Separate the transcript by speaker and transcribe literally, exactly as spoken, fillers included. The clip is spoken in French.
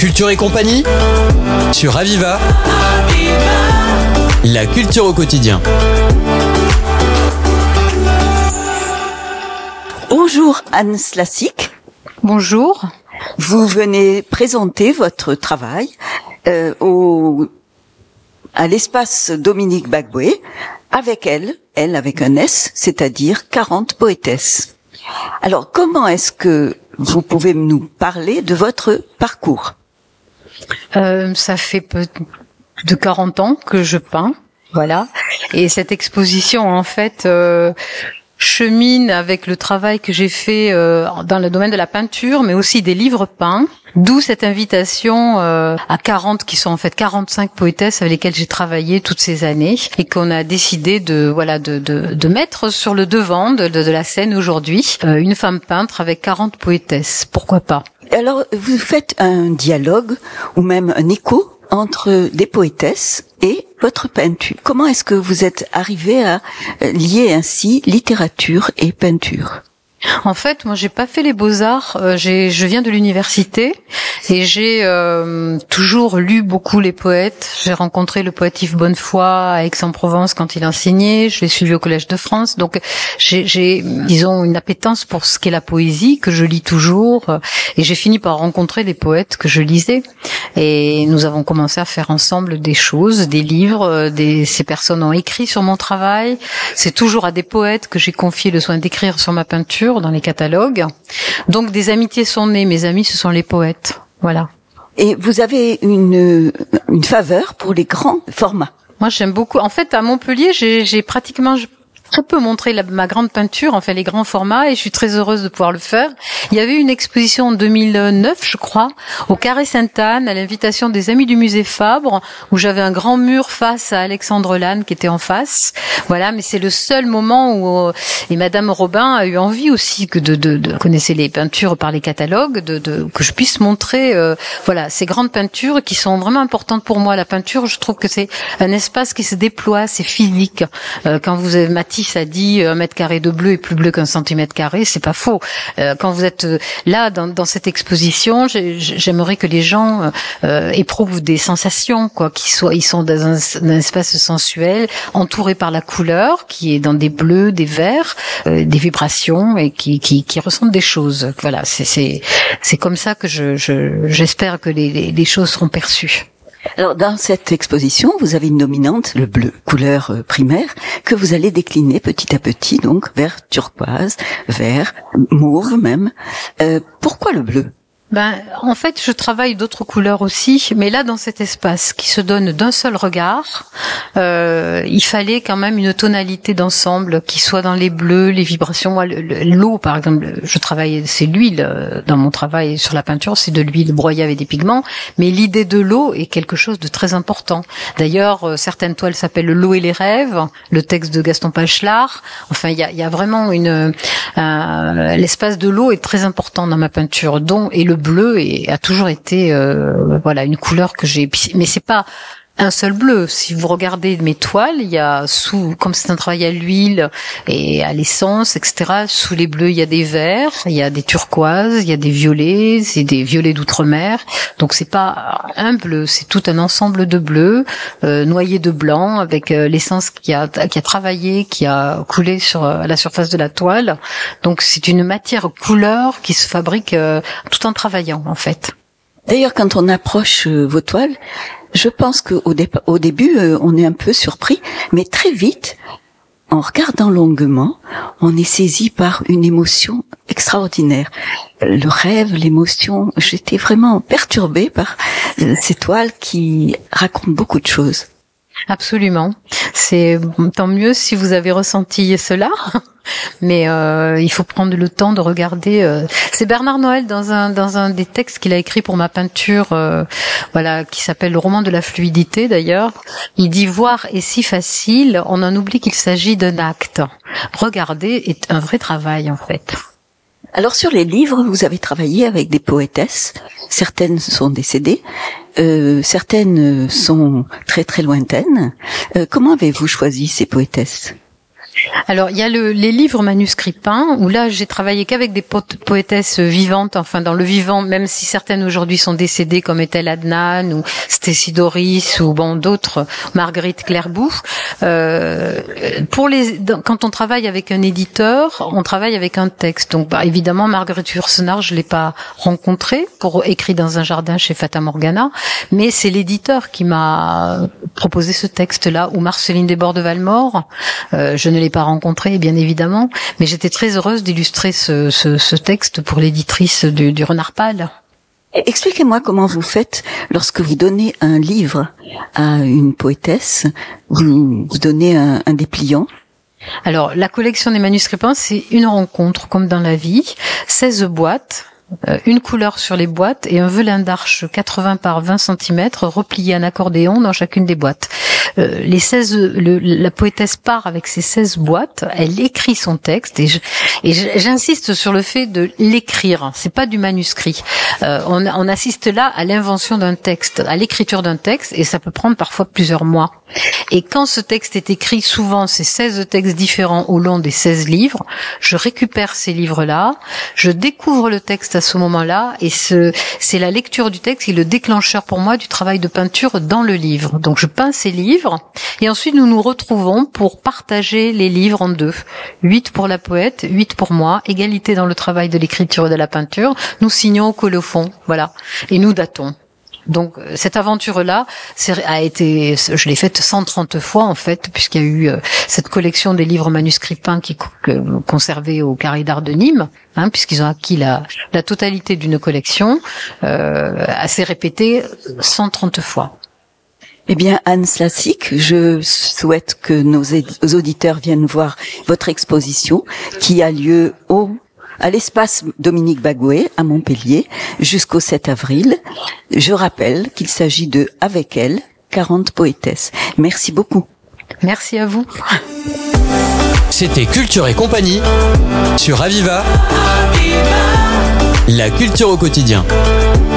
Speaker 1: Culture et compagnie sur Aviva. La culture au quotidien.
Speaker 2: Bonjour Anne Slasik.
Speaker 3: Bonjour.
Speaker 2: Vous venez présenter votre travail euh, au à l'espace Dominique Gbagbo. Avec elle, elle avec un S, c'est-à-dire quarante poétesses. Alors, comment est-ce que vous pouvez nous parler de votre parcours ?
Speaker 3: Euh, ça fait peu de quarante ans que je peins, voilà. Et cette exposition, en fait, euh, chemine avec le travail que j'ai fait euh, dans le domaine de la peinture, mais aussi des livres peints. D'où cette invitation euh, à quarante, qui sont en fait quarante-cinq poétesses avec lesquelles j'ai travaillé toutes ces années et qu'on a décidé de voilà de de, de mettre sur le devant de, de, de la scène aujourd'hui. Euh, une femme peintre avec quarante poétesses, pourquoi pas ?
Speaker 2: Alors, vous faites un dialogue ou même un écho entre des poétesses et votre peinture. Comment est-ce que vous êtes arrivé à lier ainsi littérature et peinture ?
Speaker 3: En fait, moi, j'ai pas fait les beaux-arts. Euh, j'ai, je viens de l'université et j'ai euh, toujours lu beaucoup les poètes. J'ai rencontré le poète Yves Bonnefoy à Aix-en-Provence quand il enseignait. Je l'ai suivi au Collège de France. Donc, j'ai, j'ai, disons, une appétence pour ce qu'est la poésie que je lis toujours. Et j'ai fini par rencontrer des poètes que je lisais. Et nous avons commencé à faire ensemble des choses, des livres. Des, ces personnes ont écrit sur mon travail. C'est toujours à des poètes que j'ai confié le soin d'écrire sur ma peinture dans les catalogues. Donc des amitiés sont nées, mes amis ce sont les poètes. Voilà.
Speaker 2: Et vous avez une une faveur pour les grands formats.
Speaker 3: Moi j'aime beaucoup. En fait à Montpellier, j'ai j'ai pratiquement très peu montré la, ma grande peinture, enfin les grands formats, et je suis très heureuse de pouvoir le faire. Il y avait une exposition en deux mille neuf, je crois, au Carré Sainte-Anne, à l'invitation des amis du musée Fabre, où j'avais un grand mur face à Alexandre Lannes qui était en face. Voilà, mais c'est le seul moment où et Madame Robin a eu envie aussi que de, de, de connaissez les peintures par les catalogues, de, de que je puisse montrer, euh, voilà, ces grandes peintures qui sont vraiment importantes pour moi. La peinture, je trouve que c'est un espace qui se déploie, c'est physique. Euh, quand vous avez Matisse a dit un mètre carré de bleu est plus bleu qu'un centimètre carré, c'est pas faux. Euh, quand vous êtes là dans, dans cette exposition, j'aimerais que les gens euh, éprouvent des sensations, quoi, qu'ils soient, ils sont dans un, un espace sensuel, entouré par la couleur, qui est dans des bleus, des verts, euh, des vibrations et qui, qui, qui ressentent des choses. Voilà, c'est, c'est, c'est comme ça que je, je, j'espère que les, les, les choses seront perçues.
Speaker 2: Alors, dans cette exposition, vous avez une dominante, le bleu, couleur euh, primaire, que vous allez décliner petit à petit, donc vers turquoise, vert, mauve même. Euh, pourquoi le bleu ?
Speaker 3: Ben, en fait, je travaille d'autres couleurs aussi, mais là, dans cet espace qui se donne d'un seul regard, euh, il fallait quand même une tonalité d'ensemble qui soit dans les bleus, les vibrations. Moi, le, le, l'eau, par exemple, je travaille, c'est l'huile dans mon travail sur la peinture, c'est de l'huile broyée avec des pigments, mais l'idée de l'eau est quelque chose de très important. D'ailleurs, certaines toiles s'appellent L'eau et les rêves, le texte de Gaston Bachelard. Enfin, il y a, il y a vraiment une, euh, l'espace de l'eau est très important dans ma peinture, dont et le bleu et a toujours été euh, voilà une couleur que j'ai, mais c'est pas un seul bleu. Si vous regardez mes toiles, il y a sous, comme c'est un travail à l'huile et à l'essence, et cetera, sous les bleus, il y a des verts, il y a des turquoises, il y a des violets, c'est des violets d'outre-mer. Donc c'est pas un bleu, c'est tout un ensemble de bleus, euh, noyé de blanc, avec euh, l'essence qui a, qui a travaillé, qui a coulé sur à la surface de la toile. Donc c'est une matière couleur qui se fabrique euh, tout en travaillant, en fait.
Speaker 2: D'ailleurs, quand on approche euh, vos toiles, je pense qu'au dé- au début, euh, on est un peu surpris, mais très vite, en regardant longuement, on est saisi par une émotion extraordinaire. Le rêve, l'émotion, j'étais vraiment perturbée par euh, ces toiles qui racontent beaucoup de choses.
Speaker 3: Absolument. C'est tant mieux si vous avez ressenti cela. Mais euh, il faut prendre le temps de regarder. Euh, c'est Bernard Noël dans un dans un des textes qu'il a écrit pour ma peinture, euh, voilà, qui s'appelle Le roman de la fluidité. D'ailleurs, il dit voir est si facile, on en oublie qu'il s'agit d'un acte. Regarder est un vrai travail en fait.
Speaker 2: Alors sur les livres, vous avez travaillé avec des poétesses. Certaines sont décédées, euh, certaines sont très très lointaines. Euh, comment avez-vous choisi ces poétesses ?
Speaker 3: Alors, il y a le, les livres manuscrits peints, où là, j'ai travaillé qu'avec des po- poétesses vivantes, enfin, dans le vivant, même si certaines aujourd'hui sont décédées, comme Ethel Adnan, ou Stacy Doris, ou bon, d'autres, Marguerite Clairbout. Euh, pour les, dans, quand on travaille avec un éditeur, on travaille avec un texte. Donc, bah, évidemment, Marguerite Yourcenar, je l'ai pas rencontrée, pour écrit dans un jardin chez Fata Morgana, mais c'est l'éditeur qui m'a proposé ce texte-là, ou Marceline Desbordes de Valmore. Euh, je ne l'ai pas rencontré, bien évidemment, mais j'étais très heureuse d'illustrer ce, ce, ce texte pour l'éditrice du, du Renard Pâle.
Speaker 2: Expliquez-moi comment vous faites lorsque vous donnez un livre à une poétesse, vous, vous donnez un, un dépliant.
Speaker 3: Alors, la collection des manuscrits peints, c'est une rencontre, comme dans la vie, seize boîtes, une couleur sur les boîtes et un velin d'arche quatre-vingts par vingt centimètres replié en accordéon dans chacune des boîtes. Euh, les seize, le, la poétesse part avec ces seize boîtes, elle écrit son texte et, je, et je, j'insiste sur le fait de l'écrire. C'est pas du manuscrit. Euh, on, on assiste là à l'invention d'un texte, à l'écriture d'un texte, et ça peut prendre parfois plusieurs mois. Et quand ce texte est écrit, souvent c'est seize textes différents au long des seize livres, je récupère ces livres-là, je découvre le texte à ce moment-là, et ce, c'est la lecture du texte qui est le déclencheur pour moi du travail de peinture dans le livre. Donc je peins ces livres, et ensuite nous nous retrouvons pour partager les livres en deux. Huit pour la poète, huit pour moi, égalité dans le travail de l'écriture et de la peinture, nous signons au colophon, voilà, et nous datons. Donc cette aventure-là a été, je l'ai faite cent trente fois en fait, puisqu'il y a eu euh, cette collection des livres manuscrits peints qui est conservée au Carré d'Art de Nîmes, hein, puisqu'ils ont acquis la, la totalité d'une collection, euh, assez répétée cent trente fois.
Speaker 2: Eh bien, Anne Slassik, je souhaite que nos auditeurs viennent voir votre exposition qui a lieu au à l'espace Dominique Bagouet à Montpellier jusqu'au sept avril. Je rappelle qu'il s'agit de Avec elle, quarante poétesses. Merci beaucoup.
Speaker 3: Merci à vous.
Speaker 1: C'était Culture et compagnie sur Aviva. La culture au quotidien.